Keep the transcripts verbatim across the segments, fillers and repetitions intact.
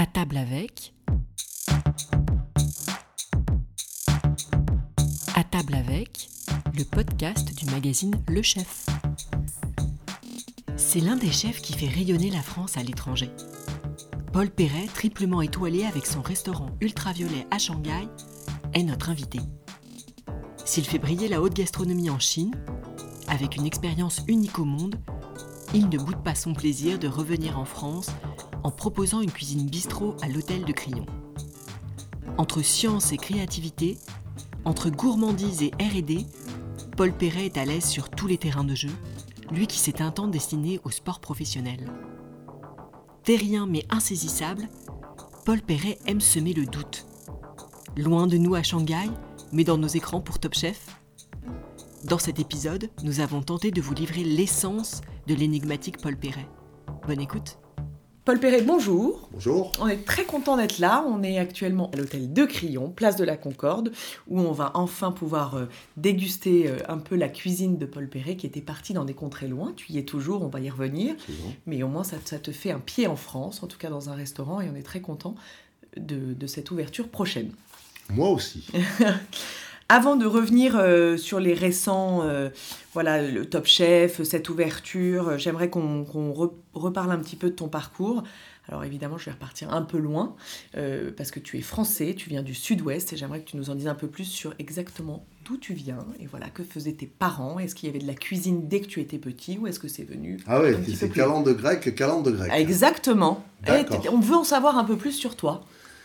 À table avec... À table avec, le podcast du magazine Le Chef. C'est l'un des chefs qui fait rayonner la France à l'étranger. Paul Perret, triplement étoilé avec son restaurant ultraviolet à Shanghai, est notre invité. S'il fait briller la haute gastronomie en Chine, avec une expérience unique au monde, il ne boude pas son plaisir de revenir en France en proposant une cuisine bistrot à l'hôtel de Crillon. Entre science et créativité, entre gourmandise et R et D, Paul Perret est à l'aise sur tous les terrains de jeu, lui qui s'est un temps destiné au sport professionnel. Terrien mais insaisissable, Paul Perret aime semer le doute. Loin de nous à Shanghai, mais dans nos écrans pour Top Chef. Dans cet épisode, nous avons tenté de vous livrer l'essence de l'énigmatique Paul Perret. Bonne écoute. Paul Perret, bonjour. Bonjour. On est très content d'être là. On est actuellement à l'hôtel de Crillon, place de la Concorde, où on va enfin pouvoir euh, déguster euh, un peu la cuisine de Paul Perret, qui était parti dans des contrées loin. Tu y es toujours, on va y revenir. Mais au moins, ça, ça te fait un pied en France, en tout cas dans un restaurant, et on est très content de, de cette ouverture prochaine. Moi aussi. Avant de revenir euh, sur les récents, euh, voilà, le Top Chef, cette ouverture, euh, j'aimerais qu'on, qu'on re- reparle un petit peu de ton parcours. Alors évidemment, je vais repartir un peu loin, euh, parce que tu es français, tu viens du sud-ouest, et j'aimerais que tu nous en dises un peu plus sur exactement d'où tu viens, et voilà, que faisaient tes parents. Est-ce qu'il y avait de la cuisine dès que tu étais petit, ou est-ce que c'est venu Ah ouais, un petit c'est peu plus... calandre grec, calandre grec. Ah, exactement. D'accord. Et on veut en savoir un peu plus sur toi.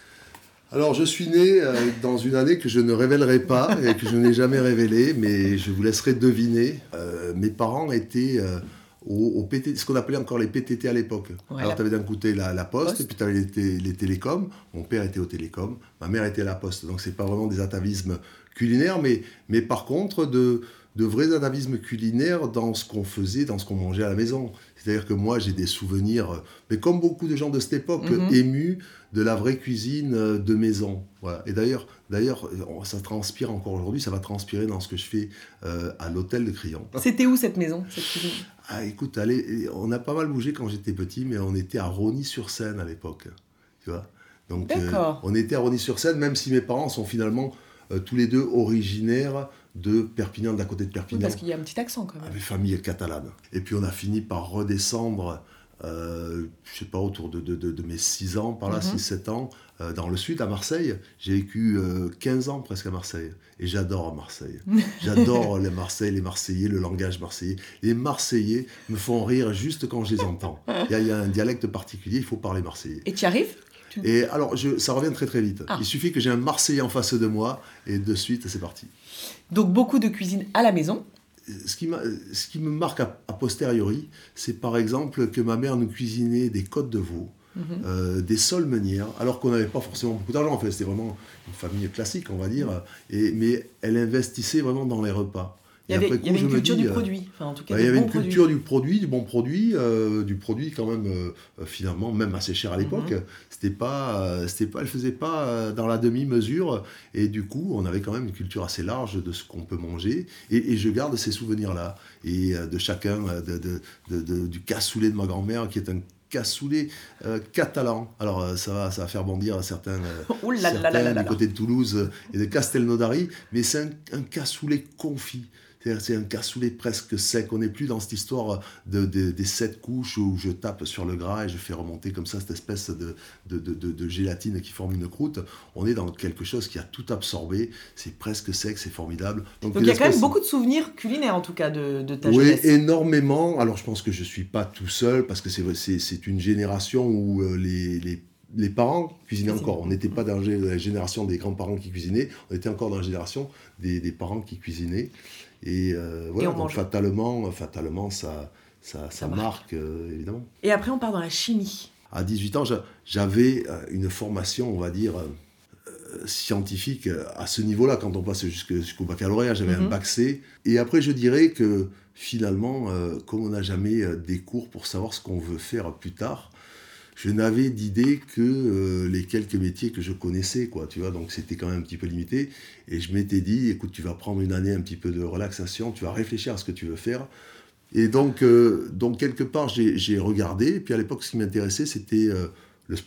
Alors, je suis né euh, dans une année que je ne révélerai pas et que je n'ai jamais révélée, mais je vous laisserai deviner. Euh, mes parents étaient euh, au, au P T T, ce qu'on appelait encore les P T T à l'époque. Ouais, Alors, la... tu avais d'un côté la, la poste, Poste. et puis tu avais les, té- les télécoms. Mon père était au télécom, ma mère était à la poste. Donc, c'est pas vraiment des atavismes culinaires, mais, mais par contre, de, de vrais atavismes culinaires dans ce qu'on faisait, dans ce qu'on mangeait à la maison. C'est-à-dire que moi, j'ai des souvenirs, mais comme beaucoup de gens de cette époque, Mm-hmm. émus de la vraie cuisine de maison. Voilà. Et d'ailleurs, d'ailleurs, ça transpire encore aujourd'hui, ça va transpirer dans ce que je fais euh, à l'hôtel de Crillon. C'était où cette maison, cette cuisine ? Ah, écoute, allez, on a pas mal bougé quand j'étais petit, mais on était à Rosny-sur-Seine à l'époque. Tu vois ? Donc, euh, on était à Rosny-sur-Seine, même si mes parents sont finalement euh, tous les deux originaires de Perpignan, d'à côté de Perpignan. Oui, parce qu'il y a un petit accent quand même. Avec famille catalane. Et puis on a fini par redescendre, euh, je sais pas, autour de, de, de, de mes six ans, par là, Mm-hmm. six sept ans, euh, dans le sud, à Marseille. J'ai vécu euh, quinze ans presque à Marseille. Et j'adore Marseille. J'adore les Marseillais, les Marseillais, le langage marseillais. Les Marseillais me font rire juste quand je les entends. Il y a, il y a un dialecte particulier, il faut parler marseillais. Et tu y arrives ? Tu... Et alors, je, ça revient très très vite. Ah. Il suffit que j'ai un Marseillais en face de moi, et de suite, c'est parti. Donc beaucoup de cuisine à la maison. Ce qui, m'a, ce qui me marque a, a posteriori, c'est par exemple que ma mère nous cuisinait des côtes de veau, Mm-hmm. euh, des soles meunières, alors qu'on n'avait pas forcément beaucoup d'argent. En fait, c'était vraiment une famille classique, on va dire. Et, mais elle investissait vraiment dans les repas. Il y avait, il y avait une culture du produit. Enfin, en tout cas, bah, il y avait bons une produits. culture du produit, du bon produit, euh, du produit quand même, euh, finalement, même assez cher à l'époque. Mm-hmm. C'était pas, euh, c'était pas, elle faisait pas euh, dans la demi-mesure. Et du coup, on avait quand même une culture assez large de ce qu'on peut manger. Et, et je garde ces souvenirs-là. Et euh, de chacun, euh, de, de, de, de, du cassoulet de ma grand-mère, qui est un cassoulet euh, catalan. Alors, euh, ça, va, ça va faire bondir certains, euh, Oh là certains là là là là du côté de Toulouse et de Castelnaudary. Mais c'est un, un cassoulet confit. C'est-à-dire, c'est un cassoulet presque sec. On n'est plus dans cette histoire de, de, des sept couches où je tape sur le gras et je fais remonter comme ça cette espèce de, de, de, de, de gélatine qui forme une croûte. On est dans quelque chose qui a tout absorbé. C'est presque sec, c'est formidable. Donc, Donc il y a quand même beaucoup de souvenirs culinaires, en tout cas, de, de ta oui, jeunesse. Oui, énormément. Alors, je pense que je ne suis pas tout seul parce que c'est, c'est, c'est une génération où euh, les... les Les parents cuisinaient encore. On n'était pas dans la génération des grands-parents qui cuisinaient. On était encore dans la génération des, des parents qui cuisinaient. Et euh, voilà, et donc fatalement, fatalement, ça, ça, ça, ça marque, marque euh, évidemment. Et après, on part dans la chimie. À dix-huit ans, j'avais une formation, on va dire, euh, scientifique à ce niveau-là. Quand on passe jusqu'au baccalauréat, j'avais mm-hmm. un bac C. Et après, je dirais que finalement, euh, comme on n'a jamais des cours pour savoir ce qu'on veut faire plus tard, je n'avais d'idée que euh, les quelques métiers que je connaissais, quoi, tu vois, donc c'était quand même un petit peu limité. Et je m'étais dit, écoute, tu vas prendre une année un petit peu de relaxation, tu vas réfléchir à ce que tu veux faire. Et donc, euh, donc quelque part, j'ai, j'ai regardé. Et puis à l'époque, ce qui m'intéressait, c'était euh, le sport.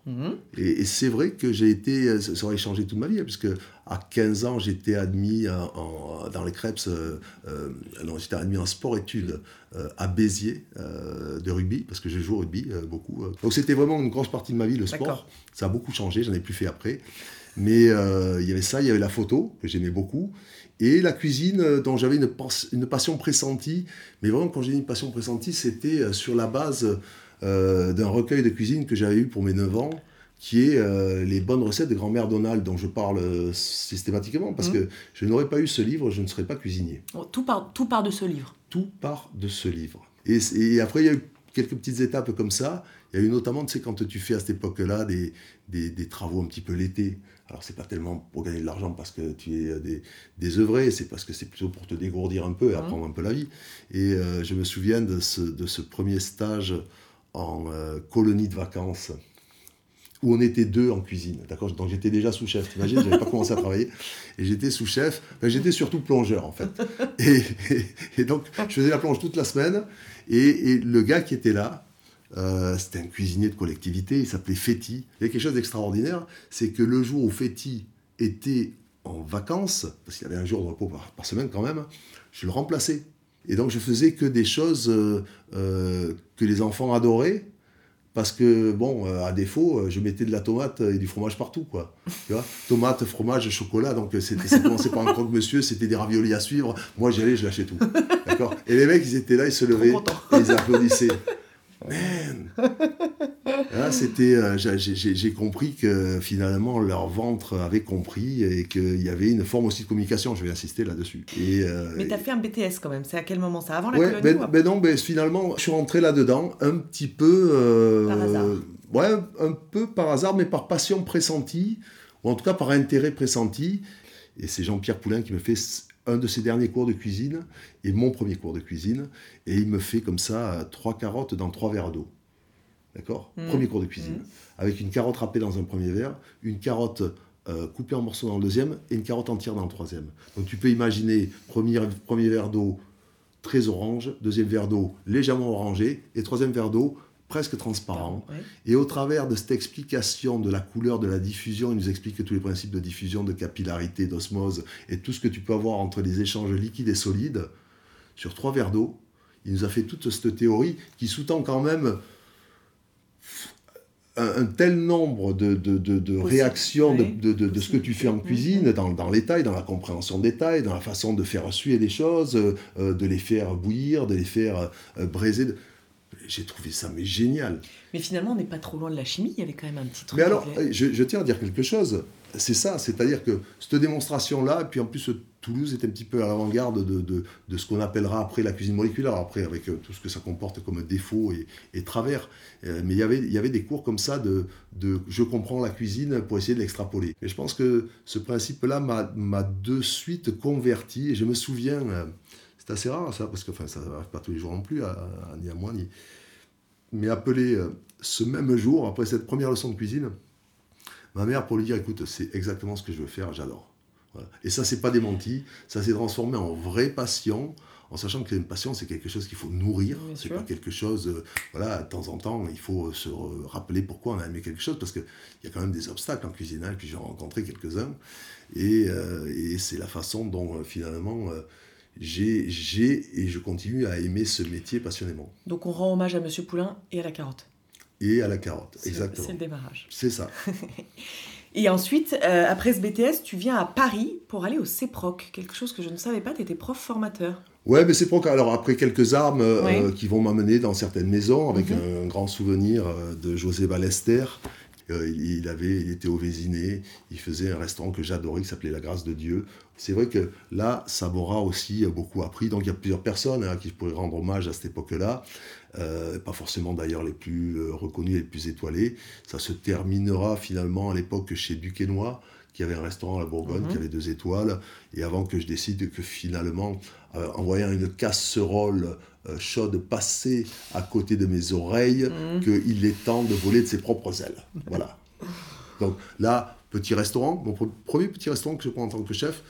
Mmh. Et, et c'est vrai que j'ai été, ça aurait changé toute ma vie, puisque à quinze ans, j'étais admis en, en, dans les Crêpes, euh, euh, non, j'étais admis en sport-études euh, à Béziers euh, de rugby, parce que je joue au rugby euh, beaucoup. Donc c'était vraiment une grosse partie de ma vie, le sport. D'accord. Ça a beaucoup changé, j'en ai plus fait après. Mais euh, il y avait ça, il y avait la photo, que j'aimais beaucoup, et la cuisine, dont j'avais une, une passion pressentie. Mais vraiment, quand j'ai dit une passion pressentie, c'était sur la base euh, d'un recueil de cuisine que j'avais eu pour mes neuf ans, qui est euh, les bonnes recettes de grand-mère Donald, dont je parle euh, systématiquement, parce mmh. que je n'aurais pas eu ce livre, je ne serais pas cuisinier. Tout part, tout part de ce livre. Tout part de ce livre. Et, et après, il y a eu quelques petites étapes comme ça. Il y a eu notamment, tu sais, quand tu fais à cette époque-là des, des, des travaux un petit peu l'été. Alors, c'est pas tellement pour gagner de l'argent parce que tu es des, désœuvré, c'est parce que c'est plutôt pour te dégourdir un peu et apprendre mmh. un peu la vie. Et euh, je me souviens de ce, de ce premier stage en euh, colonie de vacances où on était deux en cuisine, d'accord ? Donc j'étais déjà sous-chef, t'imagines, j'avais pas commencé à travailler, et j'étais sous-chef, enfin, j'étais surtout plongeur en fait. Et, et, et donc je faisais la plonge toute la semaine, et, et le gars qui était là, euh, c'était un cuisinier de collectivité, il s'appelait Féti. Il y a quelque chose d'extraordinaire, c'est que le jour où Féti était en vacances, parce qu'il y avait un jour de repos par, par semaine quand même, je le remplaçais. Et donc je faisais que des choses euh, euh, que les enfants adoraient, parce que, bon, euh, à défaut, je mettais de la tomate et du fromage partout, quoi. Tu vois, tomate, fromage, chocolat, donc c'était, ça commençait par un croque-monsieur, c'était des raviolis à suivre. Moi, j'y allais, je lâchais tout. D'accord ? Et les mecs, ils étaient là, ils se levaient, et ils applaudissaient. Man ! Là, c'était, euh, j'ai, j'ai, j'ai compris que finalement leur ventre avait compris et qu'il y avait une forme aussi de communication. Je vais insister là-dessus. Et, euh, mais tu as fait un B T S quand même. C'est à quel moment ça ? Avant la ouais, colonie ben, ou ben non, ben finalement, je suis rentré là-dedans un petit peu. Euh, par hasard. Ouais, un peu par hasard, mais par passion pressentie, ou en tout cas par intérêt pressenti. Et c'est Jean-Pierre Poulain qui me fait un de ses derniers cours de cuisine et mon premier cours de cuisine. Et il me fait comme ça trois carottes dans trois verres d'eau. D'accord ? Mmh. Premier cours de cuisine. Mmh. Avec une carotte râpée dans un premier verre, une carotte euh, coupée en morceaux dans le deuxième et une carotte entière dans le troisième. Donc tu peux imaginer, premier, premier verre d'eau très orange, deuxième verre d'eau légèrement orangé et troisième verre d'eau presque transparent. Ouais. Et au travers de cette explication de la couleur, de la diffusion, il nous explique tous les principes de diffusion, de capillarité, d'osmose et tout ce que tu peux avoir entre les échanges liquides et solides. Sur trois verres d'eau, il nous a fait toute cette théorie qui sous-tend quand même Un, un tel nombre de, de, de, de réactions oui. de, de, de, de ce que tu fais en cuisine, dans, dans les tailles, dans la compréhension des tailles, dans la façon de faire suer les choses, euh, de les faire bouillir, de les faire euh, braiser. J'ai trouvé ça mais génial. Mais finalement, on n'est pas trop loin de la chimie, il y avait quand même un petit truc. Mais alors, je, je tiens à dire quelque chose, c'est ça, c'est-à-dire que cette démonstration-là, et puis en plus Toulouse est un petit peu à l'avant-garde de, de, de ce qu'on appellera après la cuisine moléculaire, après avec tout ce que ça comporte comme défauts et, et travers. Euh, mais il y avait, il y avait des cours comme ça de, de je comprends la cuisine pour essayer de l'extrapoler. Et je pense que ce principe-là m'a, m'a de suite converti, et je me souviens... Euh, c'est assez rare ça, parce que enfin, ça n'arrive pas tous les jours non plus, à, à, ni à moi, ni... Mais appelé euh, ce même jour, après cette première leçon de cuisine, ma mère pour lui dire, écoute, c'est exactement ce que je veux faire, j'adore. Voilà. Et ça, c'est pas démenti, ça s'est transformé en vraie passion, en sachant que une passion, c'est quelque chose qu'il faut nourrir, bien c'est sûr. Pas quelque chose, euh, voilà, de temps en temps, il faut se rappeler pourquoi on a aimé quelque chose, parce qu'il y a quand même des obstacles en cuisine, et puis j'en ai rencontré quelques-uns, et, euh, et c'est la façon dont, euh, finalement... Euh, J'ai, j'ai et je continue à aimer ce métier passionnément. Donc on rend hommage à Monsieur Poulain et à la carotte. Et à la carotte, c'est, exactement. C'est le démarrage. C'est ça. Et ensuite, euh, après ce B T S, tu viens à Paris pour aller au CEPROC, quelque chose que je ne savais pas, tu étais prof formateur. Ouais, mais CEPROC, alors après quelques armes euh, oui. euh, qui vont m'amener dans certaines maisons, avec mm-hmm. un, un grand souvenir euh, de José Ballester. Euh, il, avait, il était au Vésiné, il faisait un restaurant que j'adorais qui s'appelait La Grâce de Dieu. C'est vrai que là, ça m'aura aussi beaucoup appris. Donc il y a plusieurs personnes hein, qui pourraient rendre hommage à cette époque-là. Euh, pas forcément d'ailleurs les plus euh, reconnus et les plus étoilés. Ça se terminera finalement à l'époque chez Duquesnoy, qui avait un restaurant à la Bourgogne, mmh. qui avait deux étoiles. Et avant que je décide que finalement, euh, en voyant une casserole euh, chaude passer à côté de mes oreilles, mmh. qu'il est temps de voler de ses propres ailes. Voilà. Donc là, petit restaurant, mon premier petit restaurant que je prends en tant que chef,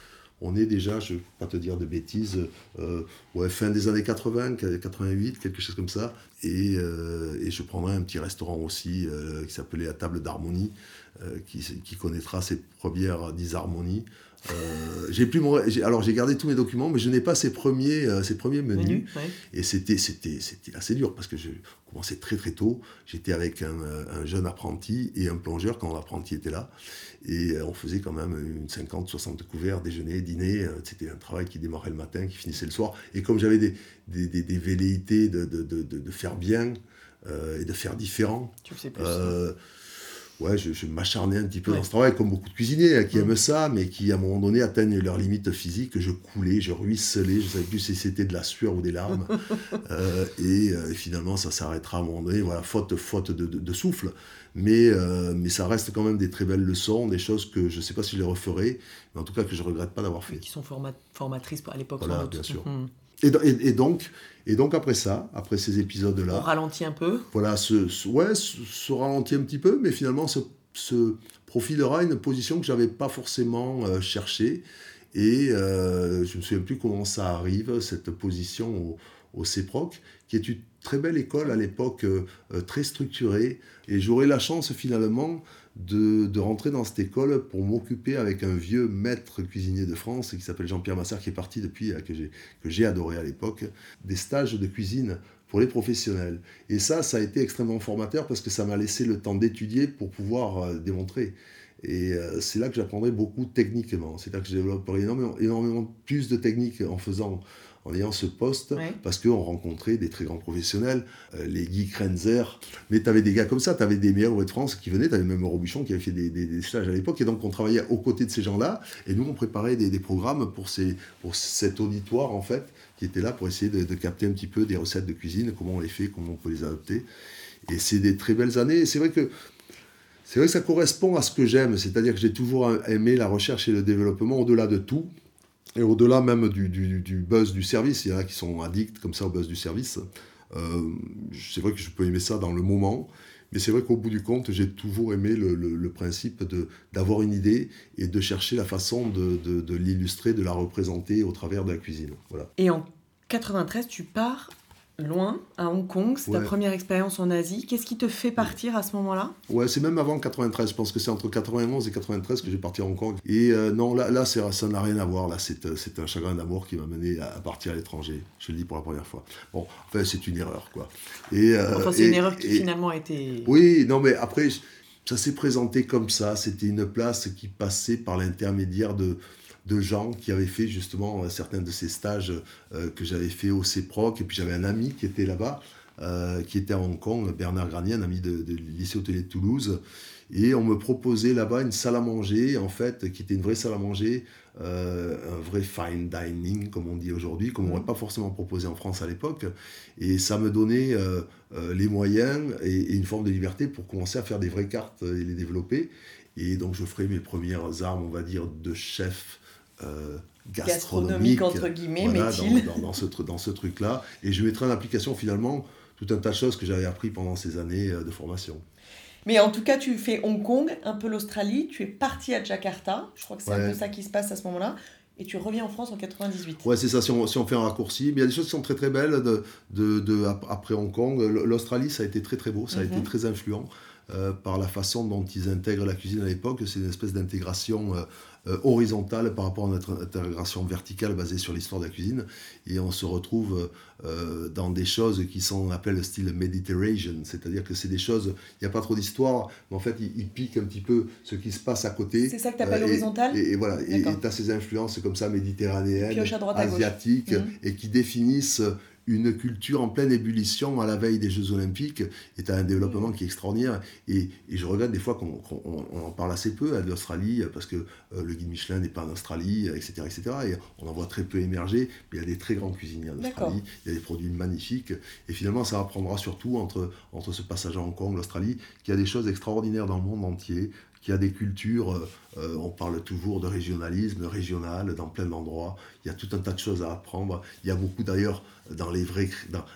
on est déjà, je ne vais pas te dire de bêtises, euh, ouais, fin des années quatre-vingts, quatre-vingt-huit, quelque chose comme ça. Et, euh, et je prendrai un petit restaurant aussi euh, qui s'appelait La Table d'Harmonie, euh, qui, qui connaîtra ses premières disharmonies. Euh, j'ai plus mon, j'ai, alors j'ai gardé tous mes documents, mais je n'ai pas ses premiers, euh, ses premiers menus. Menu, ouais. Et c'était, c'était, c'était assez dur parce que je commençais très très tôt. J'étais avec un, un jeune apprenti et un plongeur quand l'apprenti était là. Et on faisait quand même une cinquante, soixante couverts, déjeuner, dîner. C'était un travail qui démarrait le matin, qui finissait le soir. Et comme j'avais des, des, des, des velléités de, de, de, de faire bien euh, et de faire différent, tu le sais plus. Euh, Ouais, je, je m'acharnais un petit peu ouais. dans ce travail, comme beaucoup de cuisiniers hein, qui mmh. aiment ça, mais qui, à un moment donné, atteignent leurs limites physiques. Je coulais, je ruisselais, je ne savais plus si c'était de la sueur ou des larmes. euh, et, euh, et finalement, ça s'arrêtera à un moment donné, voilà, faute, faute de, de, de souffle. Mais, euh, mais ça reste quand même des très belles leçons, des choses que je ne sais pas si je les referai, mais en tout cas que je ne regrette pas d'avoir fait. Qui sont format, formatrices à l'époque. Voilà, sans doute. bien sûr. Mmh. Et, et, et, donc, et donc, après ça, après ces épisodes-là... On ralentit un peu. Voilà, ce, ce, ouais, se, se ralentit un petit peu, mais finalement, ce se profilera une position que je n'avais pas forcément euh, cherchée. Et euh, je ne me souviens plus comment ça arrive, cette position au, au CEPROC, qui est une très belle école à l'époque, euh, très structurée. Et j'aurai la chance finalement de, de rentrer dans cette école pour m'occuper avec un vieux maître cuisinier de France qui s'appelle Jean-Pierre Massard, qui est parti depuis, que j'ai, que j'ai adoré à l'époque, des stages de cuisine pour les professionnels. Et ça, ça a été extrêmement formateur parce que ça m'a laissé le temps d'étudier pour pouvoir euh, démontrer. Et euh, c'est là que j'apprendrai beaucoup techniquement. C'est là que je développerai énormément, énormément plus de techniques en faisant, en ayant ce poste, ouais. Parce qu'on rencontrait des très grands professionnels, euh, les Guy Krenzer, mais tu avais des gars comme ça, tu avais des meilleurs de France qui venaient, tu avais même Robuchon qui avait fait des, des, des stages à l'époque, et donc on travaillait aux côtés de ces gens-là, et nous on préparait des, des programmes pour, ces, pour cet auditoire en fait, qui était là pour essayer de, de capter un petit peu des recettes de cuisine, comment on les fait, comment on peut les adapter. Et c'est des très belles années, et c'est vrai que C'est vrai que ça correspond à ce que j'aime, c'est-à-dire que j'ai toujours aimé la recherche et le développement au-delà de tout, et au-delà même du, du, du buzz du service. Il y en a qui sont addicts comme ça au buzz du service. Euh, c'est vrai que je peux aimer ça dans le moment, mais c'est vrai qu'au bout du compte, j'ai toujours aimé le, le, le principe de, d'avoir une idée et de chercher la façon de, de, de l'illustrer, de la représenter au travers de la cuisine. Voilà. Et en quatre-vingt-treize, tu pars loin, à Hong Kong, c'est ouais. ta première expérience en Asie. Qu'est-ce qui te fait partir à ce moment-là ? Ouais, c'est même avant quatre-vingt-treize. Je pense que c'est entre quatre-vingt-onze et quatre-vingt-treize que j'ai parti à Hong Kong. Et euh, non, là, là c'est, ça n'a rien à voir. Là, c'est, c'est un chagrin d'amour qui m'a mené à partir à l'étranger. Je le dis pour la première fois. Bon, enfin, c'est une erreur, quoi. Et, euh, enfin, c'est et, une erreur qui et, finalement a été... Oui, non, mais après, ça s'est présenté comme ça. C'était une place qui passait par l'intermédiaire de... de gens qui avaient fait justement certains de ces stages euh, que j'avais fait au CEPROC, et puis j'avais un ami qui était là-bas, euh, qui était à Hong Kong, Bernard Granier, un ami de, de lycée hôtelier de Toulouse, et on me proposait là-bas une salle à manger, en fait, qui était une vraie salle à manger, euh, un vrai fine dining, comme on dit aujourd'hui, comme on n'aurait pas forcément proposé en France à l'époque, et ça me donnait euh, euh, les moyens et, et une forme de liberté pour commencer à faire des vraies cartes et les développer, et donc je ferai mes premières armes, on va dire, de chef Euh, gastronomique, gastronomique entre guillemets, voilà, met-il dans, dans, dans ce, dans ce truc-là. Et je mettrai en application finalement tout un tas de choses que j'avais appris pendant ces années de formation. Mais en tout cas, tu fais Hong Kong, un peu l'Australie, tu es parti à Jakarta, je crois que c'est ouais. un peu ça qui se passe à ce moment-là, et tu reviens en France en quatre-vingt-dix-huit. Ouais, c'est ça, si on, si on fait un raccourci. Mais il y a des choses qui sont très très belles de, de, de, après Hong Kong. L'Australie, ça a été très très beau, ça a mm-hmm. été très influent. Euh, par la façon dont ils intègrent la cuisine à l'époque. C'est une espèce d'intégration euh, euh, horizontale par rapport à notre intégration verticale basée sur l'histoire de la cuisine. Et on se retrouve euh, dans des choses qui sont, on appelle le style Mediterranean, c'est-à-dire que c'est des choses, il n'y a pas trop d'histoire, mais en fait, ils, ils piquent un petit peu ce qui se passe à côté. C'est ça que tu appelles euh, horizontal ? Et, et, et voilà, et tu as ces influences comme ça méditerranéennes, à droite, asiatiques, mmh. et qui définissent une culture en pleine ébullition à la veille des Jeux Olympiques, et tu as un développement qui est extraordinaire. Et, et je regrette des fois qu'on, qu'on on en parle assez peu hein, de l'Australie, parce que euh, le guide Michelin n'est pas en Australie, et cetera, et cetera. Et on en voit très peu émerger, mais il y a des très grands cuisiniers en Australie, D'accord. il y a des produits magnifiques. Et finalement, ça apprendra surtout entre, entre ce passage à Hong Kong, l'Australie, qu'il y a des choses extraordinaires dans le monde entier, qu'il y a des cultures, euh, on parle toujours de régionalisme, régional, dans plein d'endroits. Il y a tout un tas de choses à apprendre. Il y a beaucoup d'ailleurs, dans les vrais, dans, dans,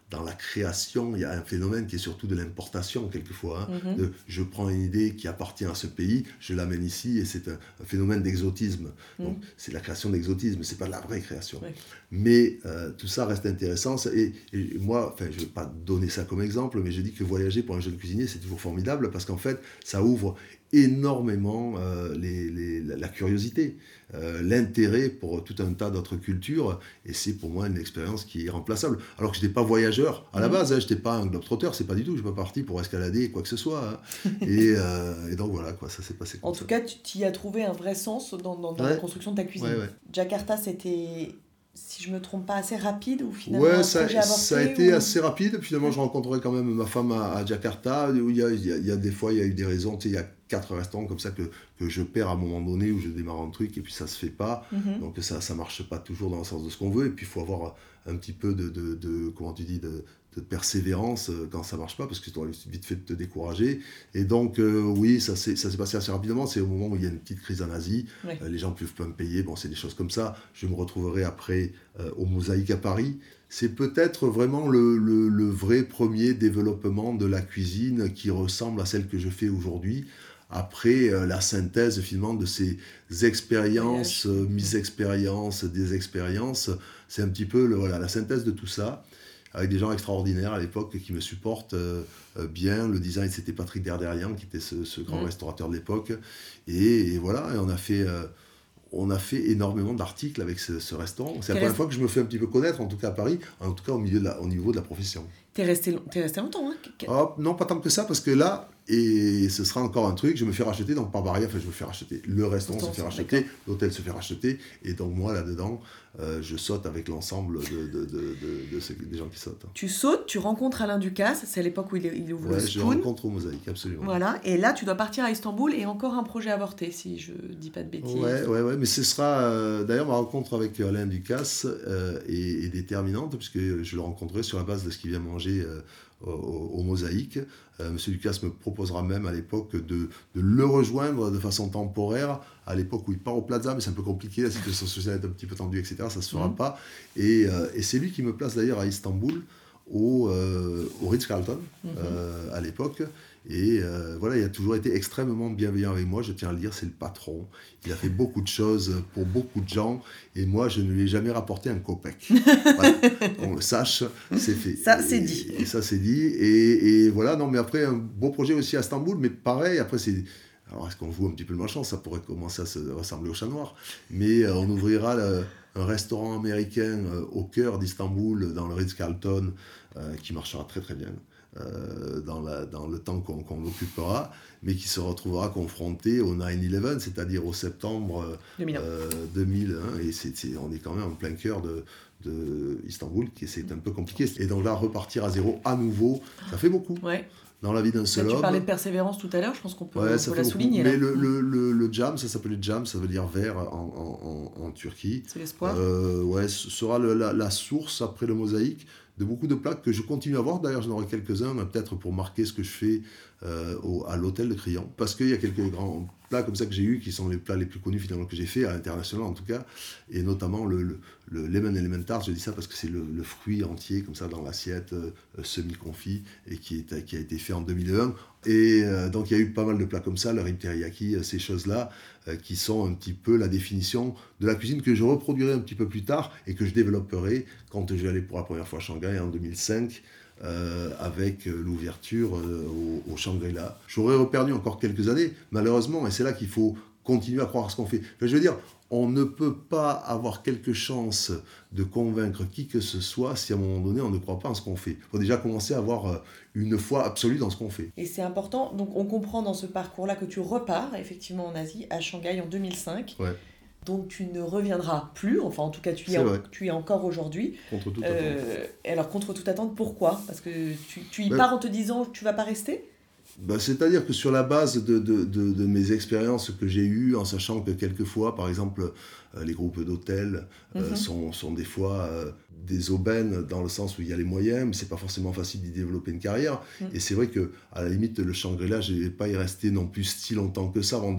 dans la création, il y a un phénomène qui est surtout de l'importation quelquefois. Hein, Mm-hmm. de, je prends une idée qui appartient à ce pays, je l'amène ici et c'est un, un phénomène d'exotisme. Mm. Donc c'est la création d'exotisme, c'est pas de la vraie création. Oui. Mais euh, tout ça reste intéressant. Et, et moi, enfin, je ne vais pas donner ça comme exemple, mais je dis que voyager pour un jeune cuisinier, c'est toujours formidable parce qu'en fait, ça ouvre énormément euh, les, les, la curiosité, euh, l'intérêt pour tout un tas d'autres cultures, et c'est pour moi une expérience qui est irremplaçable. Alors que je n'étais pas voyageur à la base, hein, je n'étais pas un globe-trotter, c'est pas du tout, je ne suis pas parti pour escalader quoi que ce soit. Hein. et, euh, et donc voilà, quoi, ça s'est passé comme en ça. tout cas, tu y as trouvé un vrai sens dans, dans, dans ouais. la construction de ta cuisine. Ouais, ouais. Jakarta, c'était... si je ne me trompe pas, assez rapide ou finalement ouais, un ça, projet avorté, ça a été ou... assez rapide. Finalement, je rencontrerai quand même ma femme à, à Jakarta. Où il, y a, il, y a, il y a des fois, il y a eu des raisons. Tu sais, il y a quatre restaurants comme ça que, que je perds à un moment donné où je démarre un truc et puis ça ne se fait pas. Mm-hmm. Donc ça ne marche pas toujours dans le sens de ce qu'on veut. Et puis il faut avoir un petit peu de, de, de comment tu dis, de, de persévérance quand ça ne marche pas parce que tu aurais vite fait de te décourager. Et donc, euh, oui, ça s'est, ça s'est passé assez rapidement. C'est au moment où il y a une petite crise en Asie. Ouais. Euh, les gens ne peuvent pas me payer. Bon, c'est des choses comme ça. Je me retrouverai après euh, au Mosaïque à Paris. C'est peut-être vraiment le, le, le vrai premier développement de la cuisine qui ressemble à celle que je fais aujourd'hui. Après euh, la synthèse finalement de ces expériences, euh, mis-expériences, des expériences, c'est un petit peu le, voilà, la synthèse de tout ça, avec des gens extraordinaires à l'époque qui me supportent euh, bien. Le design, c'était Patrick Derderian, qui était ce, ce grand mmh. restaurateur de l'époque. Et, et voilà, et on a fait... Euh, on a fait énormément d'articles avec ce, ce restaurant. C'est la première fois que je me fais un petit peu connaître, en tout cas à Paris, en tout cas au, milieu de la, au niveau de la profession. T'es resté, t'es resté longtemps, hein? Oh, non, pas tant que ça, parce que là, et ce sera encore un truc, je me fais racheter, donc par Barrière, enfin je me fais racheter. Le restaurant se fait racheter, d'accord. L'hôtel se fait racheter, et donc moi, là-dedans, euh, je saute avec l'ensemble de, de, de, de, de ceux, des gens qui sautent. Tu sautes, tu rencontres Alain Ducasse, c'est à l'époque où il, il ouvre ouais, le Spoon. Je rencontre au Mosaïque, absolument. Voilà, et là, tu dois partir à Istanbul, et encore un projet avorté, si je dis pas de bêtises. Ouais, ouais, ouais, mais ce sera, euh, d'ailleurs, ma rencontre avec Alain Ducasse euh, est, est déterminante, puisque je le rencontrerai sur la base de ce qu'il vient manger euh, au, au Mosaïque. Euh, Monsieur Ducasse me proposera même à l'époque de, de le rejoindre de façon temporaire, à l'époque où il part au Plaza, mais c'est un peu compliqué, la situation sociale est un petit peu tendue, et cetera. Ça ne se fera mmh. pas. Et, euh, et c'est lui qui me place d'ailleurs à Istanbul, au, euh, au Ritz-Carlton, mmh. euh, à l'époque. Et euh, voilà, il a toujours été extrêmement bienveillant avec moi, je tiens à le dire, c'est le patron. Il a fait beaucoup de choses pour beaucoup de gens, et moi, je ne lui ai jamais rapporté un copec. Voilà, qu'on le sache, c'est fait. Ça, c'est dit. Et, et ça, c'est dit. Et, et voilà, non, mais après, un beau projet aussi à Istanbul, mais pareil, après, c'est... Alors, est-ce qu'on joue un petit peu le malchance? Ça pourrait commencer à se ressembler au Chat Noir. Mais euh, on ouvrira le, un restaurant américain euh, au cœur d'Istanbul, dans le Ritz-Carlton, euh, qui marchera très très bien. Euh, dans, la, dans le temps qu'on, qu'on l'occupera, mais qui se retrouvera confronté au neuf onze, c'est-à-dire au septembre deux mille un. Euh, deux mille un, et c'est, c'est, on est quand même en plein cœur de, de Istanbul, qui c'est un peu compliqué. Et donc là, repartir à zéro à nouveau, ça fait beaucoup. Ouais. Dans la vie d'un seul là, homme. Tu parlais de persévérance tout à l'heure, je pense qu'on peut, ouais, on peut la beaucoup. souligner. Mais là. le, le, le, le jam, ça s'appelait jam, ça veut dire vert en, en, en, en Turquie. C'est l'espoir. Euh, ouais, ce sera le, la, la source, après le Mosaïque, de beaucoup de plats que je continue à voir. D'ailleurs, j'en aurai quelques-uns, peut-être pour marquer ce que je fais euh, au, à l'hôtel de Crillon. Parce qu'il y a quelques grands plats comme ça que j'ai eus, qui sont les plats les plus connus finalement que j'ai fait, à l'international en tout cas, et notamment le, le, le lemon elementar, je dis ça parce que c'est le, le fruit entier, comme ça, dans l'assiette, euh, semi-confit, et qui, est, qui a été fait en deux mille un. Et euh, donc, il y a eu pas mal de plats comme ça, le rib teriyaki, ces choses-là, euh, qui sont un petit peu la définition de la cuisine que je reproduirai un petit peu plus tard et que je développerai quand je vais aller pour la première fois à Shanghai en deux mille cinq, euh, avec l'ouverture euh, au, au Shangri-La. J'aurais reperdu encore quelques années, malheureusement, et c'est là qu'il faut continuer à croire à ce qu'on fait. Enfin, je veux dire, on ne peut pas avoir quelque chance de convaincre qui que ce soit si à un moment donné on ne croit pas en ce qu'on fait. Il faut déjà commencer à avoir une foi absolue dans ce qu'on fait. Et c'est important, donc on comprend dans ce parcours-là que tu repars effectivement en Asie, à Shanghai en deux mille cinq. Ouais. Donc tu ne reviendras plus, enfin en tout cas tu y, es, en, tu y es encore aujourd'hui. Contre toute euh, attente. Alors contre toute attente, pourquoi? Parce que tu, tu y ben, pars en te disant tu ne vas pas rester? Ben, c'est-à-dire que sur la base de, de, de, de mes expériences que j'ai eues, en sachant que quelquefois, par exemple, euh, les groupes d'hôtels euh, mm-hmm. sont, sont des fois euh, des aubaines dans le sens où il y a les moyens, mais c'est pas forcément facile d'y développer une carrière. Mm. Et c'est vrai qu'à la limite, le Shangri-La, je ne vais pas y rester non plus si longtemps que ça avant de,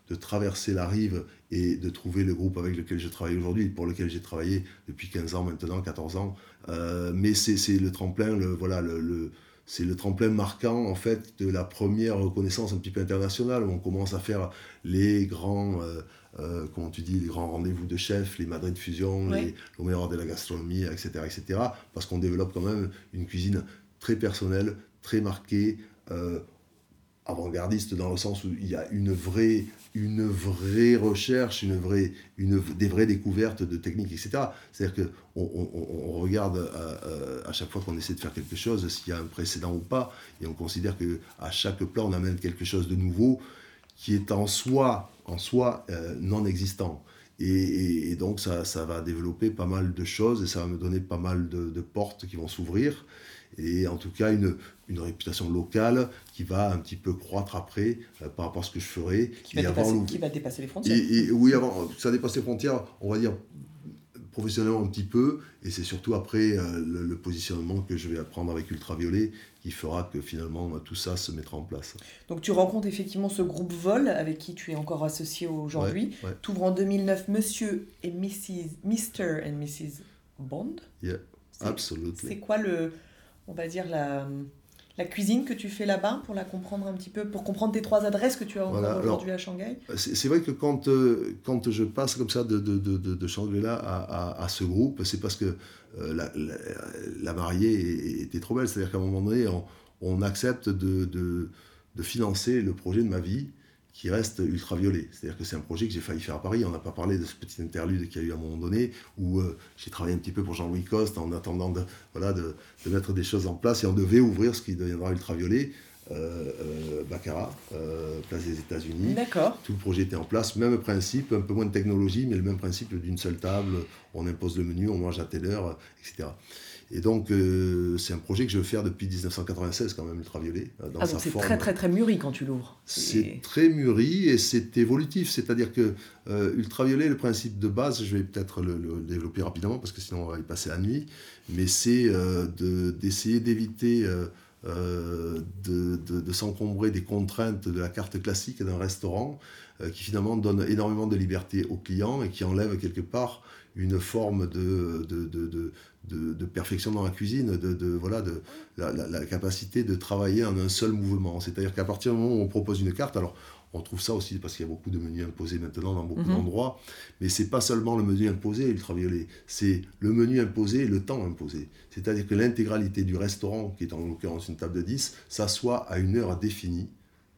de traverser la rive et de trouver le groupe avec lequel je travaille aujourd'hui, pour lequel j'ai travaillé depuis quinze ans maintenant, quatorze ans. Euh, mais c'est, c'est le tremplin, le, voilà, le, le, c'est le tremplin marquant en fait de la première reconnaissance un petit peu internationale, où on commence à faire les grands, euh, euh, comment tu dis, les grands rendez-vous de chefs, les Madrid Fusion, oui. les Lo Mejor de la Gastronomie, et cetera, et cetera. Parce qu'on développe quand même une cuisine très personnelle, très marquée, euh, avant-gardiste dans le sens où il y a une vraie, une vraie recherche, une vraie, une, des vraies découvertes de techniques, et cetera. C'est-à-dire qu'on on, on regarde à, à chaque fois qu'on essaie de faire quelque chose s'il y a un précédent ou pas, et on considère qu'à chaque plat, on amène quelque chose de nouveau qui est en soi, en soi euh, non existant. Et, et, et donc ça, ça va développer pas mal de choses, et ça va me donner pas mal de, de portes qui vont s'ouvrir. Et en tout cas une, une réputation locale qui va un petit peu croître après euh, par rapport à ce que je ferai. Qui va, et dépasser, avant, qui va dépasser les frontières. Et, et, oui, avant, ça dépasse les frontières, on va dire professionnellement un petit peu, et c'est surtout après euh, le, le positionnement que je vais apprendre avec Ultraviolet qui fera que finalement tout ça se mettra en place. Donc tu rencontres effectivement ce groupe Vol avec qui tu es encore associé aujourd'hui. Ouais, ouais. Tu ouvres en deux mille neuf Monsieur et missus mister and missus Bond. Yeah, absolument. C'est quoi le... on va dire la, la cuisine que tu fais là-bas, pour la comprendre un petit peu, pour comprendre tes trois adresses que tu as encore voilà, aujourd'hui alors, à Shanghai. C'est, c'est vrai que quand, euh, quand je passe comme ça de, de, de, de Shangri-La à, à, à ce groupe, c'est parce que euh, la, la, la mariée était trop belle. C'est-à-dire qu'à un moment donné, on, on accepte de, de, de financer le projet de ma vie, qui reste Ultraviolet. C'est-à-dire que c'est un projet que j'ai failli faire à Paris. On n'a pas parlé de ce petit interlude qu'il y a eu à un moment donné, où euh, j'ai travaillé un petit peu pour Jean-Louis Coste en attendant de, voilà, de, de mettre des choses en place. Et on devait ouvrir ce qui deviendra Ultraviolet, euh, euh, Baccarat, euh, place des États-Unis. D'accord. Tout le projet était en place. Même principe, un peu moins de technologie, mais le même principe d'une seule table. On impose le menu, on mange à telle heure, et cetera. Et donc, euh, c'est un projet que je veux faire depuis dix-neuf cent quatre-vingt-seize, quand même, Ultraviolet. Dans ah, sa donc c'est forme. très, très, très mûri quand tu l'ouvres. C'est, c'est très mûri et c'est évolutif. C'est-à-dire que euh, Ultraviolet, le principe de base, je vais peut-être le, le développer rapidement parce que sinon on va y passer la nuit, mais c'est euh, de, d'essayer d'éviter euh, euh, de, de, de s'encombrer des contraintes de la carte classique d'un restaurant euh, qui finalement donne énormément de liberté aux clients et qui enlève quelque part une forme de, de, de, de, de, de perfection dans la cuisine, de, de, voilà, de la, la, la capacité de travailler en un seul mouvement. C'est-à-dire qu'à partir du moment où on propose une carte, alors on trouve ça aussi parce qu'il y a beaucoup de menus imposés maintenant dans beaucoup mmh. d'endroits, mais c'est pas seulement le menu imposé, Ultraviolet, c'est le menu imposé et le temps imposé. C'est-à-dire que l'intégralité du restaurant, qui est en l'occurrence une table de dix, s'assoit à une heure définie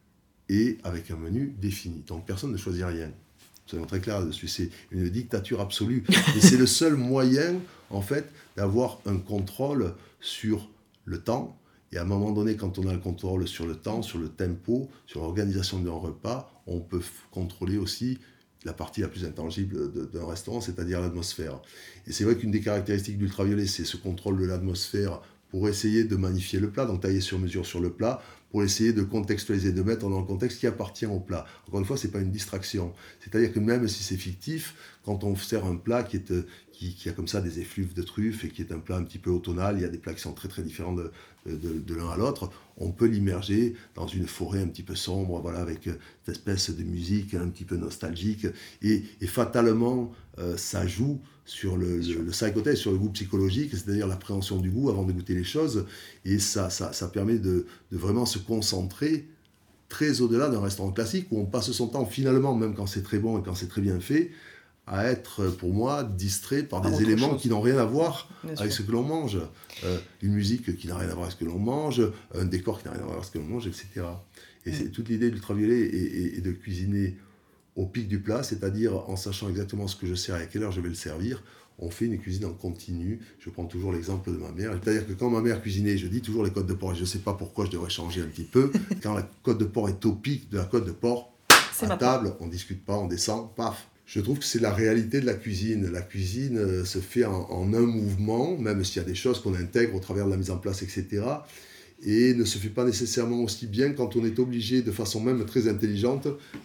et avec un menu défini. Donc personne ne choisit rien. Soyons très clairs là-dessus, c'est une dictature absolue. Et c'est le seul moyen, en fait, d'avoir un contrôle sur le temps. Et à un moment donné, quand on a le contrôle sur le temps, sur le tempo, sur l'organisation d'un repas, on peut f- contrôler aussi la partie la plus intangible de, d'un restaurant, c'est-à-dire l'atmosphère. Et c'est vrai qu'une des caractéristiques d'Ultraviolet, c'est ce contrôle de l'atmosphère pour essayer de magnifier le plat, donc tailler sur mesure sur le plat, pour essayer de contextualiser, de mettre dans le contexte qui appartient au plat. Encore une fois, ce n'est pas une distraction. C'est-à-dire que même si c'est fictif, quand on sert un plat qui, est, qui, qui a comme ça des effluves de truffes et qui est un plat un petit peu automnal, il y a des plats qui sont très très différents de, de, de, de l'un à l'autre, on peut l'immerger dans une forêt un petit peu sombre, voilà, avec cette espèce de musique un petit peu nostalgique. Et, et fatalement, euh, ça joue sur le, le, le psychothèse, sur le goût psychologique, c'est-à-dire l'appréhension du goût avant de goûter les choses. Et ça, ça, ça permet de, de vraiment se concentrer très au-delà d'un restaurant classique où on passe son temps finalement, même quand c'est très bon et quand c'est très bien fait, à être, pour moi, distrait par des éléments chose. qui n'ont rien à voir bien avec sûr. ce que l'on mange. Euh, une musique qui n'a rien à voir avec ce que l'on mange, un décor qui n'a rien à voir avec ce que l'on mange, et cetera. Et mmh. c'est toute l'idée d'Ultraviolet et, et, et de cuisiner au pic du plat, c'est-à-dire en sachant exactement ce que je sers et à quelle heure je vais le servir. On fait une cuisine en continu. Je prends toujours l'exemple de ma mère. C'est-à-dire que quand ma mère cuisinait, je dis toujours les côtes de porc, et je ne sais pas pourquoi je devrais changer un petit peu. Quand la côte de porc est au pic de la côte de porc, c'est à table, on ne discute pas, on descend, paf. Je trouve que c'est la réalité de la cuisine. La cuisine euh, se fait en, en un mouvement, même s'il y a des choses qu'on intègre au travers de la mise en place, et cetera. Et ne se fait pas nécessairement aussi bien quand on est obligé, de façon même très intelligente,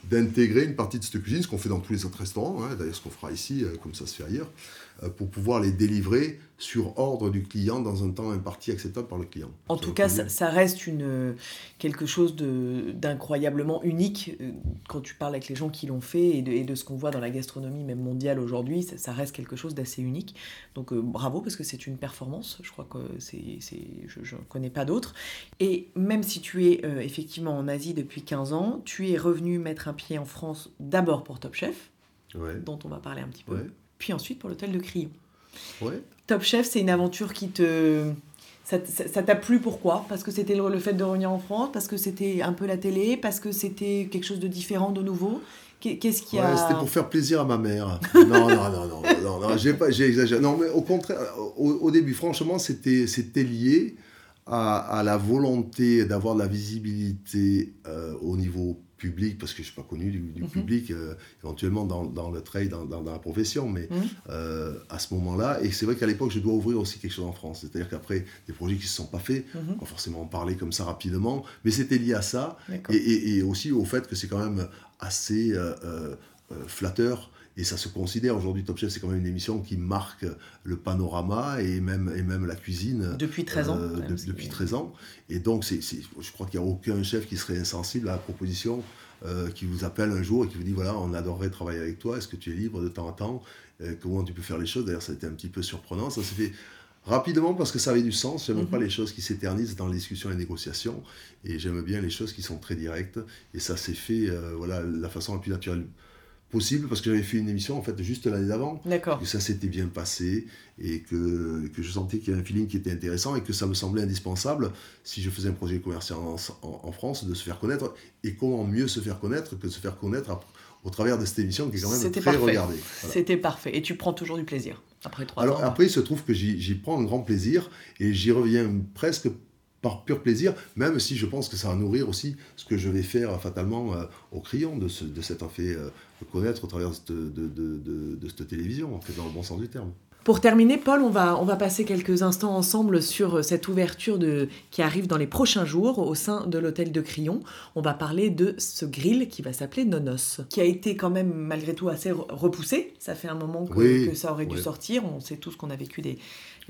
d'intégrer une partie de cette cuisine, ce qu'on fait dans tous les autres restaurants, hein, d'ailleurs ce qu'on fera ici, euh, comme ça se fait ailleurs, euh, pour pouvoir les délivrer sur ordre du client dans un temps imparti acceptable par le client. En tout cas, ça, ça reste une, quelque chose de, d'incroyablement unique euh, quand tu parles avec les gens qui l'ont fait et de, et de ce qu'on voit dans la gastronomie même mondiale aujourd'hui, ça, ça reste quelque chose d'assez unique. Donc euh, bravo, parce que c'est une performance, je crois que c'est, c'est, je ne connais pas d'autres. Et même si tu es euh, effectivement en Asie depuis quinze ans, tu es revenu mettre un pied en France d'abord pour Top Chef, ouais. dont on va parler un petit peu, ouais. puis ensuite pour l'hôtel de Crillon. Ouais. Top Chef, c'est une aventure qui te... Ça, ça, ça t'a plu, pourquoi ? Parce que c'était le, le fait de revenir en France, parce que c'était un peu la télé, parce que c'était quelque chose de différent, de nouveau ? Qu'est-ce qui ouais, a... C'était pour faire plaisir à ma mère. non, non, non, non, non, non, j'ai pas, j'ai exagéré. Non, mais au contraire, au, au début, franchement, c'était, c'était lié à, à la volonté d'avoir de la visibilité euh, au niveau public, parce que je ne suis pas connu du, du mm-hmm. public, euh, éventuellement dans, dans le trade, dans, dans, dans la profession, mais mm-hmm. euh, à ce moment-là, et c'est vrai qu'à l'époque, je dois ouvrir aussi quelque chose en France. C'est-à-dire qu'après, des projets qui ne se sont pas faits, mm-hmm. pas forcément en parler comme ça rapidement, mais c'était lié à ça, et, et, et aussi au fait que c'est quand même assez euh, euh, flatteur. Et ça se considère aujourd'hui, Top Chef, c'est quand même une émission qui marque le panorama et même, et même la cuisine. Depuis treize ans. Euh, de, depuis treize ans. Et donc, c'est, c'est, je crois qu'il n'y a aucun chef qui serait insensible à la proposition, euh, qui vous appelle un jour et qui vous dit, voilà, on adorerait travailler avec toi, est-ce que tu es libre de temps en temps, euh, comment tu peux faire les choses. D'ailleurs, ça a été un petit peu surprenant. Ça s'est fait rapidement parce que ça avait du sens. J'aime mm-hmm. pas les choses qui s'éternisent dans les discussions et les négociations. Et j'aime bien les choses qui sont très directes. Et ça s'est fait, euh, voilà, la façon la plus naturelle possible, parce que j'avais fait une émission en fait juste l'année d'avant, D'accord. que ça s'était bien passé et que, que je sentais qu'il y avait un feeling qui était intéressant et que ça me semblait indispensable, si je faisais un projet commercial en, en, en France, de se faire connaître. Et comment mieux se faire connaître que de se faire connaître à, au travers de cette émission qui est quand même C'était très parfait. regardée. Voilà. C'était parfait. Et tu prends toujours du plaisir après trois Alors, ans. Alors après, il se trouve que j'y, j'y prends un grand plaisir et j'y reviens presque par pur plaisir, même si je pense que ça va nourrir aussi ce que je vais faire fatalement euh, au Crillon, de, ce, de s'être fait euh, connaître au travers de, de, de, de, de cette télévision, en fait, dans le bon sens du terme. Pour terminer, Paul, on va, on va passer quelques instants ensemble sur cette ouverture de, qui arrive dans les prochains jours au sein de l'hôtel de Crillon. On va parler de ce grill qui va s'appeler Nonos, qui a été quand même malgré tout assez repoussé. Ça fait un moment que, oui, que ça aurait dû oui. sortir. On sait tous qu'on a vécu des...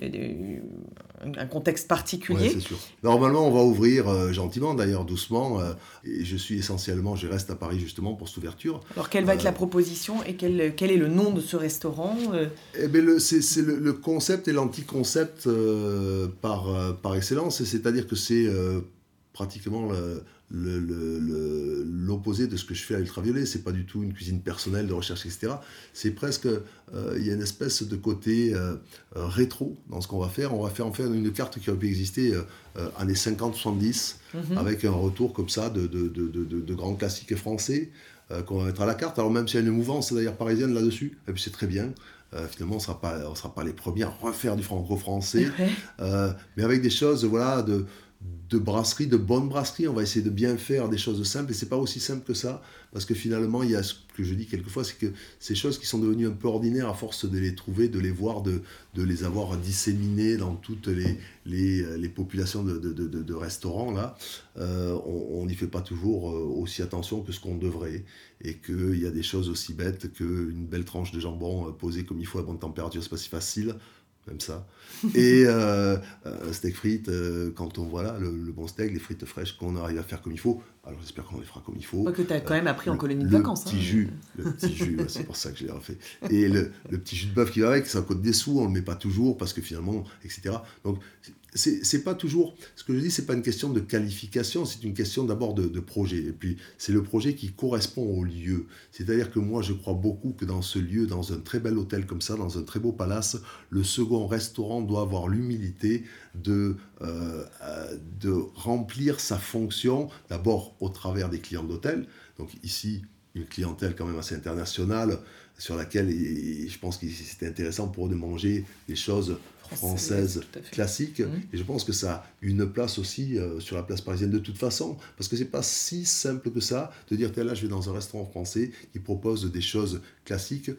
un contexte particulier. Ouais, c'est sûr. Normalement, on va ouvrir euh, gentiment, d'ailleurs doucement, euh, et je suis essentiellement, je reste à Paris justement pour cette ouverture. Alors, quelle va euh, être la proposition et quel, quel est le nom de ce restaurant euh... Eh bien, le, c'est, c'est le, le concept et l'anti-concept euh, par, euh, par excellence, c'est-à-dire que c'est euh, pratiquement le, le, le, le, l'opposé de ce que je fais à Ultraviolet. C'est pas du tout une cuisine personnelle de recherche, et cetera. C'est presque, euh, il y a une espèce de côté euh, euh, rétro dans ce qu'on va faire. On va faire en faire une carte qui aurait pu exister euh, euh, années cinquante soixante-dix, mm-hmm. avec un retour comme ça de, de, de, de, de, de grands classiques français euh, qu'on va mettre à la carte. Alors même s'il y a une mouvance d'ailleurs parisienne là-dessus, et puis c'est très bien. Euh, finalement, on ne sera pas, on sera pas les premiers à refaire du franco-français, ouais. euh, mais avec des choses, voilà, de, de brasserie, de bonne brasserie. On va essayer de bien faire des choses simples, et c'est pas aussi simple que ça, parce que finalement, il y a ce que je dis quelquefois, c'est que ces choses qui sont devenues un peu ordinaires à force de les trouver, de les voir, de, de les avoir disséminées dans toutes les, les, les populations de, de, de, de restaurants, là, euh, on n'y fait pas toujours aussi attention que ce qu'on devrait, et qu'il y a des choses aussi bêtes qu'une belle tranche de jambon posée comme il faut à bonne température, c'est pas si facile. Même ça. Et euh, un steak frites, euh, quand on voit là, le, le bon steak, les frites fraîches qu'on arrive à faire comme il faut. Alors j'espère qu'on les fera comme il faut. Que tu as quand même appris euh, en colonie le, de vacances. Le petit hein. jus, le petit jus, ouais, c'est pour ça que je l'ai refait. Et le, le petit jus de bœuf qui va avec, ça coûte des sous, on le met pas toujours parce que finalement, et cetera. Donc c'est, c'est pas toujours, ce que je dis, c'est pas une question de qualification, c'est une question d'abord de, de projet. Et puis c'est le projet qui correspond au lieu. C'est-à-dire que moi, je crois beaucoup que dans ce lieu, dans un très bel hôtel comme ça, dans un très beau palace, le second restaurant doit avoir l'humilité de, euh, de remplir sa fonction, d'abord au travers des clients d'hôtel. Donc ici, une clientèle quand même assez internationale, sur laquelle et, et je pense que c'était intéressant pour eux de manger des choses françaises classiques. Mmh. Et je pense que ça a une place aussi euh, sur la place parisienne de toute façon, parce que c'est pas si simple que ça de dire, là je vais dans un restaurant français qui propose des choses classiques.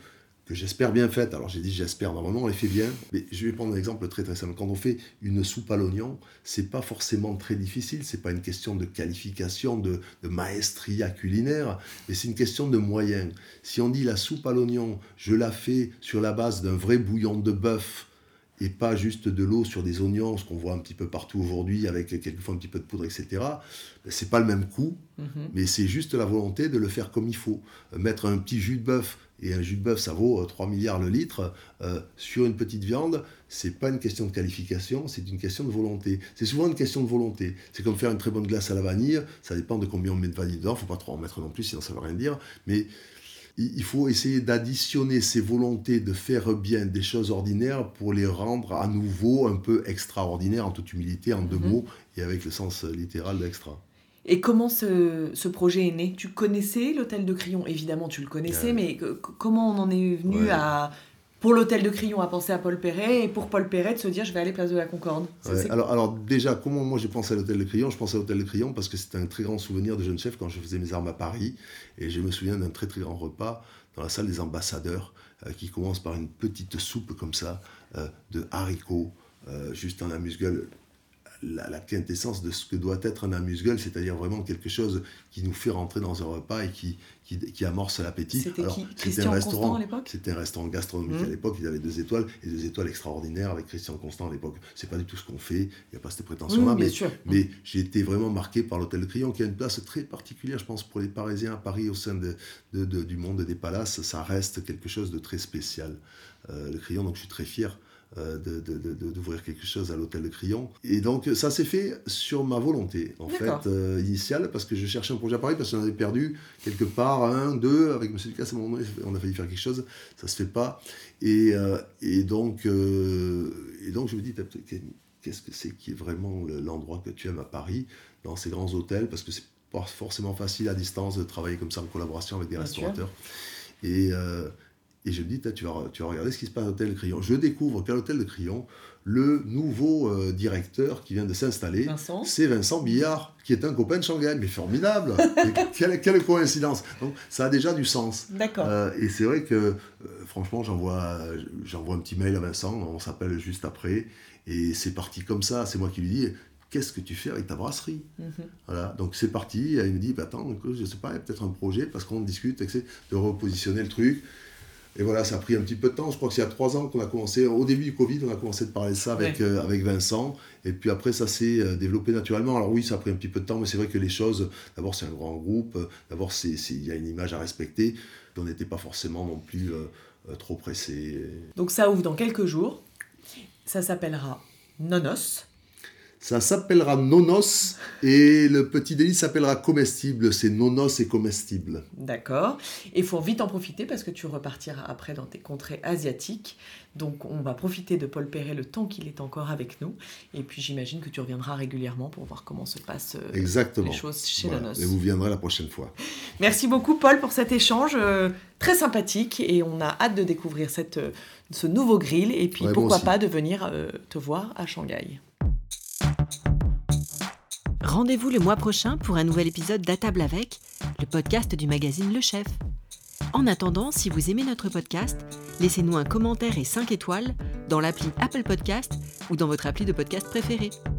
que j'espère bien faite. Alors j'ai dit j'espère, normalement on les fait bien, mais je vais prendre un exemple très très simple. Quand on fait une soupe à l'oignon, c'est pas forcément très difficile, c'est pas une question de qualification, de, de maestria culinaire, mais c'est une question de moyens. Si on dit la soupe à l'oignon, je la fais sur la base d'un vrai bouillon de bœuf, et pas juste de l'eau sur des oignons, ce qu'on voit un petit peu partout aujourd'hui, avec quelquefois un petit peu de poudre, et cetera. C'est pas le même coût, mm-hmm. mais c'est juste la volonté de le faire comme il faut. Mettre un petit jus de bœuf, et un jus de bœuf, ça vaut trois milliards le litre, euh, sur une petite viande, c'est pas une question de qualification, c'est une question de volonté. C'est souvent une question de volonté. C'est comme faire une très bonne glace à la vanille, ça dépend de combien on met de vanille dedans, faut pas trop en mettre non plus, sinon ça veut rien dire, mais il faut essayer d'additionner ces volontés de faire bien des choses ordinaires pour les rendre à nouveau un peu extraordinaires, en toute humilité, en deux mmh. mots, et avec le sens littéral d'extra. Et comment ce, ce projet est né ? Tu connaissais l'hôtel de Crillon ? Évidemment, tu le connaissais, euh... mais c- comment on en est venu ouais. à... Pour l'hôtel de Crillon, à penser à Paul Perret, et pour Paul Perret, de se dire, je vais aller place de la Concorde. Ouais, c'est... alors, alors déjà, comment moi j'ai pensé à l'hôtel de Crillon ? Je pensais à l'hôtel de Crillon parce que c'était un très grand souvenir de jeune chef quand je faisais mes armes à Paris. Et je me souviens d'un très très grand repas dans la salle des ambassadeurs euh, qui commence par une petite soupe comme ça, euh, de haricots, euh, juste en amuse-gueule. La, la quintessence de ce que doit être un amuse-gueule, c'est-à-dire vraiment quelque chose qui nous fait rentrer dans un repas et qui, qui, qui amorce l'appétit. C'était Alors, qui ? C'était Christian un Constant restaurant, à l'époque ? C'était un restaurant gastronomique mmh. à l'époque, il avait deux étoiles, et deux étoiles extraordinaires avec Christian Constant à l'époque. C'est pas du tout ce qu'on fait, il n'y a pas cette prétention-là, mmh, mais, sûr. mais j'ai été vraiment marqué par l'hôtel de Crillon, qui a une place très particulière, je pense, pour les Parisiens à Paris, au sein de, de, de, du monde des palaces. Ça reste quelque chose de très spécial. Euh, le Crillon, donc je suis très fier De, de, de, d'ouvrir quelque chose à l'hôtel de Crillon. Et donc ça s'est fait sur ma volonté en D'accord. fait euh, initiale, parce que je cherchais un projet à Paris, parce qu'on avait perdu quelque part un, deux, avec M. Ducasse à un moment donné, on a failli faire quelque chose, ça se fait pas. Et, euh, et, donc, euh, et donc je me dis, qu'est-ce que c'est qui est vraiment l'endroit que tu aimes à Paris, dans ces grands hôtels, parce que c'est pas forcément facile à distance de travailler comme ça en collaboration avec des Bien restaurateurs. Sûr. Et euh, Et je me dis, tu vas, tu vas regarder ce qui se passe à l'hôtel de Crillon. Je découvre qu'à l'hôtel de Crillon, le nouveau euh, directeur qui vient de s'installer, Vincent. c'est Vincent Billard, qui est un copain de Shanghai. Mais formidable. quelle, quelle coïncidence. Donc, ça a déjà du sens. D'accord. Euh, et c'est vrai que, euh, franchement, j'envoie, j'envoie un petit mail à Vincent, on s'appelle juste après, et c'est parti comme ça. C'est moi qui lui dis, qu'est-ce que tu fais avec ta brasserie ? mm-hmm. Voilà, donc c'est parti. Elle me dit, bah, attends, je ne sais pas, il y a peut-être un projet, parce qu'on discute, de repositionner le truc. Et voilà, ça a pris un petit peu de temps. Je crois que c'est il y a trois ans qu'on a commencé, au début du Covid, on a commencé de parler de ça avec, ouais. euh, avec Vincent. Et puis après, ça s'est euh, développé naturellement. Alors oui, ça a pris un petit peu de temps, mais c'est vrai que les choses, d'abord c'est un grand groupe, d'abord c'est, c'est, il y a une image à respecter. On n'était pas forcément non plus euh, euh, trop pressés. Donc ça ouvre dans quelques jours. Ça s'appellera Nonos. Ça s'appellera Nonos et le petit délit s'appellera Comestible. C'est Nonos et Comestible. D'accord. Et il faut vite en profiter parce que tu repartiras après dans tes contrées asiatiques. Donc on va profiter de Paul Perret le temps qu'il est encore avec nous. Et puis j'imagine que tu reviendras régulièrement pour voir comment se passent euh, Exactement. les choses chez voilà. Nonos. Et vous viendrez la prochaine fois. Merci beaucoup Paul pour cet échange euh, très sympathique. Et on a hâte de découvrir cette, euh, ce nouveau grill. Et puis ouais, pourquoi pas de venir euh, te voir à Shanghai. Rendez-vous le mois prochain pour un nouvel épisode d'À table avec, le podcast du magazine Le Chef. En attendant, si vous aimez notre podcast, laissez-nous un commentaire et cinq étoiles dans l'appli Apple Podcast ou dans votre appli de podcast préférée.